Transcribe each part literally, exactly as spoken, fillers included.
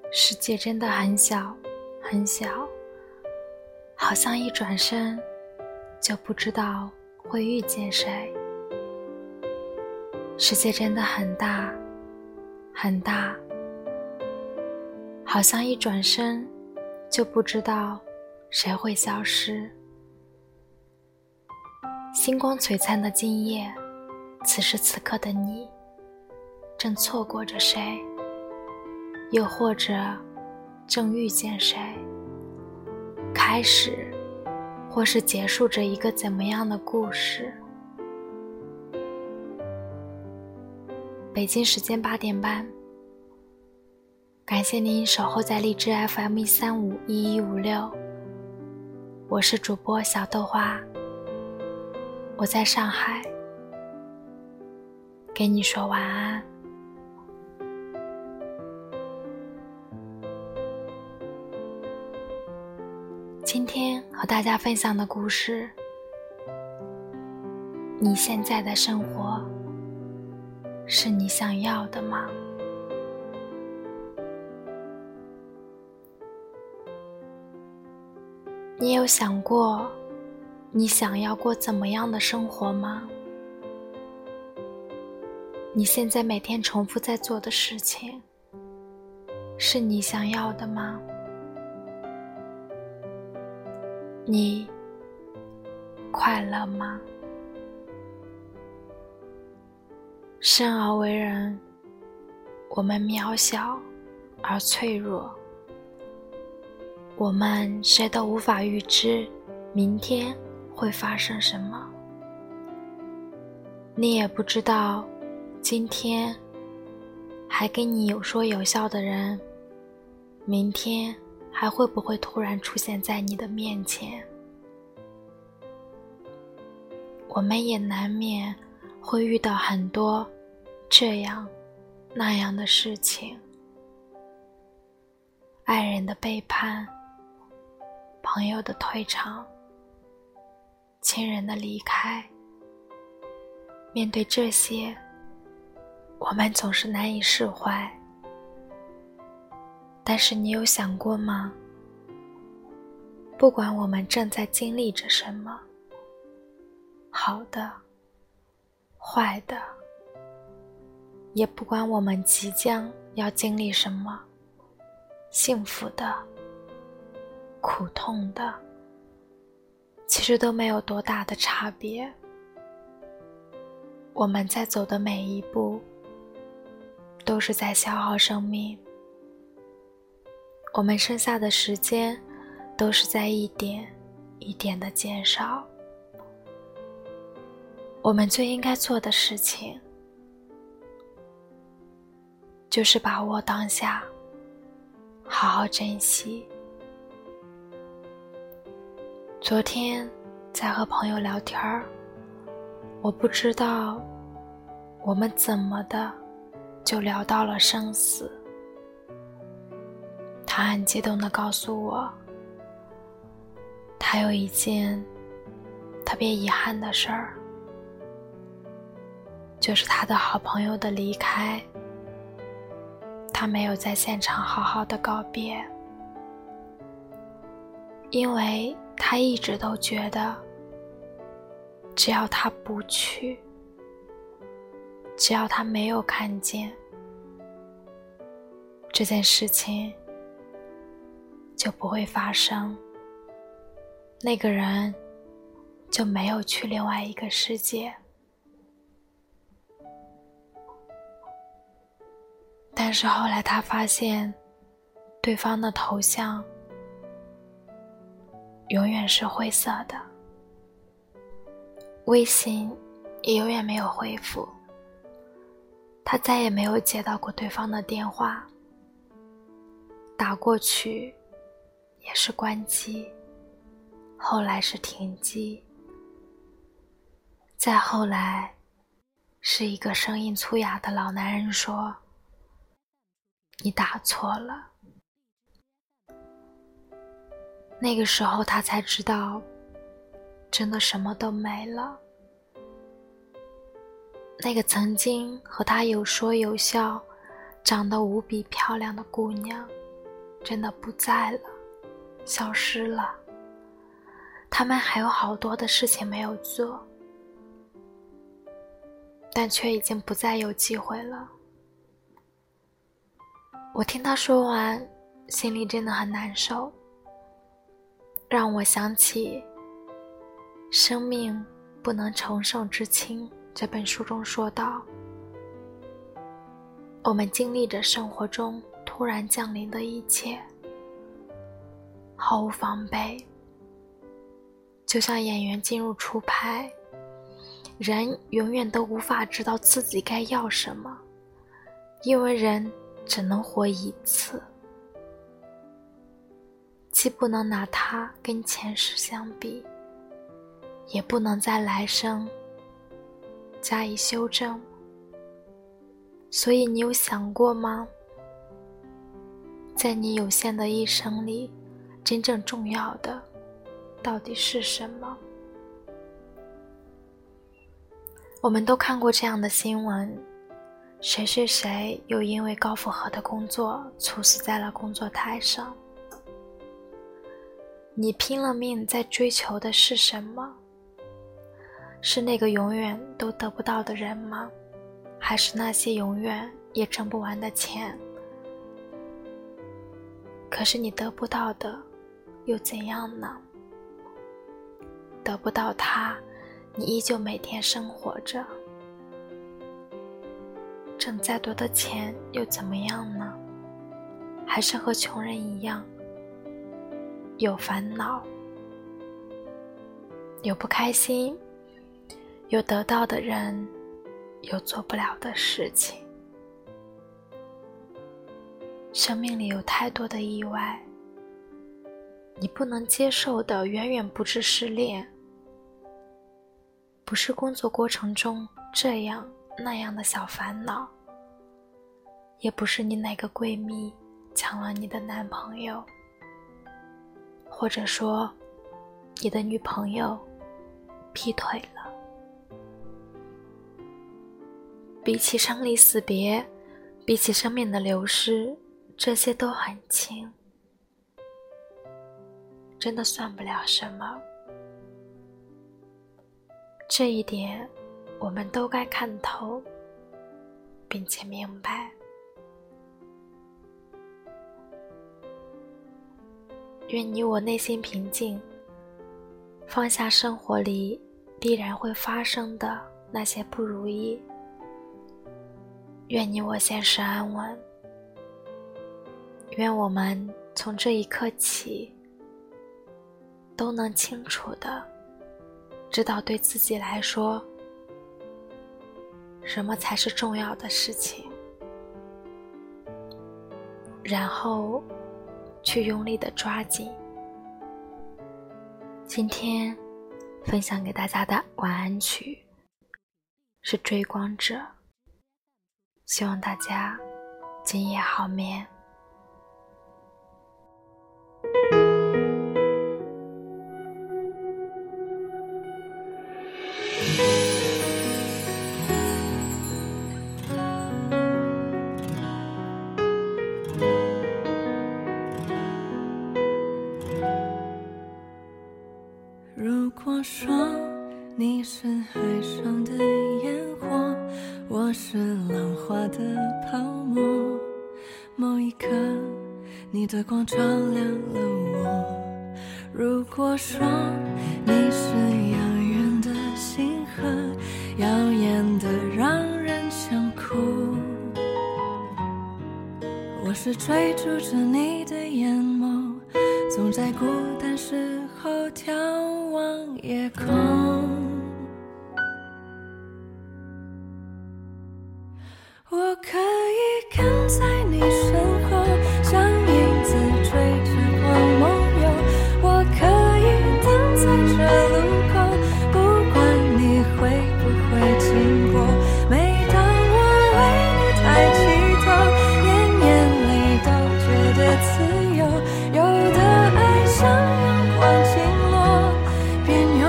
世界真的很小很小，好像一转身就不知道会遇见谁。世界真的很大很大，好像一转身就不知道谁会消失。星光璀璨的今夜，此时此刻的你正错过着谁，又或者正遇见谁，开始或是结束着一个怎么样的故事。北京时间八点半，感谢您守候在荔枝 F M 一三五一一五六，我是主播小豆花，我在上海，给你说晚安。今天和大家分享的故事，你现在的生活是你想要的吗？你有想过你想要过怎么样的生活吗？你现在每天重复在做的事情是你想要的吗？你快乐吗？生而为人，我们渺小而脆弱，我们谁都无法预知明天会发生什么。你也不知道今天还跟你有说有笑的人，明天还会不会突然出现在你的面前。我们也难免会遇到很多这样那样的事情，爱人的背叛，朋友的退场，亲人的离开。面对这些，我们总是难以释怀。但是你有想过吗？不管我们正在经历着什么，好的，坏的，也不管我们即将要经历什么，幸福的，苦痛的，其实都没有多大的差别。我们在走的每一步，都是在消耗生命。我们剩下的时间都是在一点一点的减少。我们最应该做的事情就是把握当下，好好珍惜。昨天在和朋友聊天儿，我不知道我们怎么的就聊到了生死。他很激动地告诉我，他有一件特别遗憾的事儿，就是他的好朋友的离开，他没有在现场好好的告别，因为他一直都觉得，只要他不去，只要他没有看见，这件事情就不会发生，那个人就没有去另外一个世界。但是后来他发现，对方的头像永远是灰色的，微信也永远没有回复，他再也没有接到过对方的电话，打过去也是关机，后来是停机，再后来是一个声音粗哑的老男人说，你打错了。那个时候他才知道，真的什么都没了。那个曾经和他有说有笑，长得无比漂亮的姑娘， 真的不在了，消失了，他们还有好多的事情没有做，但却已经不再有机会了。我听他说完，心里真的很难受，让我想起《生命不能承受之轻》这本书中说道，我们经历着生活中突然降临的一切，毫无防备，就像演员进入初拍，人永远都无法知道自己该要什么，因为人只能活一次，既不能拿它跟前世相比，也不能在来生加以修正。所以你有想过吗？在你有限的一生里，真正重要的到底是什么？我们都看过这样的新闻，谁谁谁又因为高负荷的工作猝死在了工作台上。你拼了命在追求的是什么？是那个永远都得不到的人吗？还是那些永远也挣不完的钱？可是你得不到的又怎样呢？得不到它，你依旧每天生活着，挣再多的钱又怎么样呢？还是和穷人一样，有烦恼，有不开心，有得到的人，有做不了的事情。生命里有太多的意外，你不能接受的远远不止失恋，不是工作过程中这样那样的小烦恼，也不是你哪个闺蜜抢了你的男朋友，或者说你的女朋友劈腿了。比起生离死别，比起生命的流失，这些都很轻，真的算不了什么。这一点我们都该看透，并且明白。愿你我内心平静，放下生活里必然会发生的那些不如意。愿你我现实安稳，愿我们从这一刻起都能清楚地知道对自己来说什么才是重要的事情，然后去用力地抓紧。今天分享给大家的晚安曲是《追光者》，希望大家今夜好眠。 如果说你是海上的烟火，我是浪花的泡沫，某一刻你的光照亮了我。如果说你是遥远的星河，耀眼的让人想哭，我是追逐着你的眼眸，总在孤单时候眺望夜空。我可以跟在你身后，像影子追着光梦游。我可以等在这路口，不管你会不会经过。每当我为你抬起头，连眼泪都觉得自由。有的爱像阳光倾落，边拥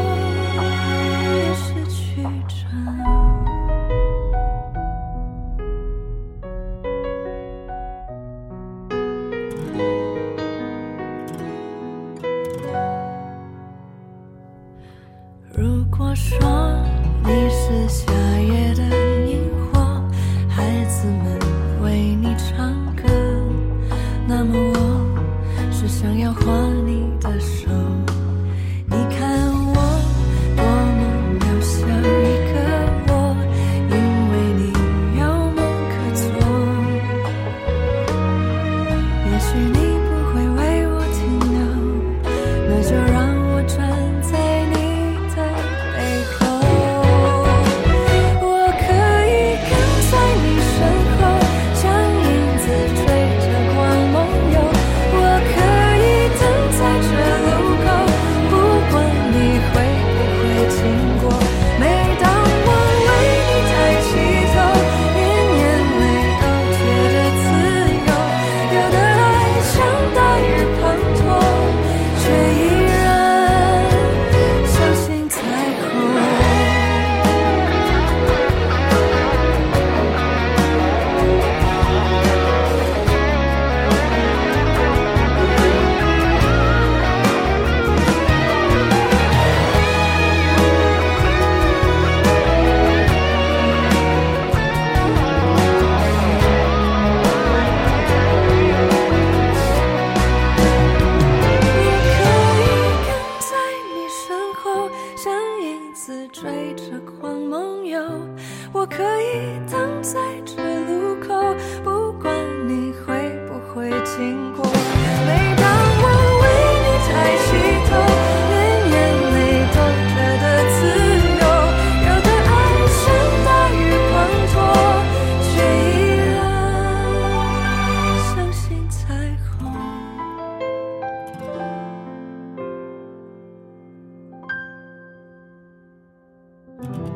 有边失去着。 我可以等在这路口，不管你会不会经过。每当我为你抬起头，连眼泪都觉得自由。有的爱像大雨滂沱，却依然相信彩虹。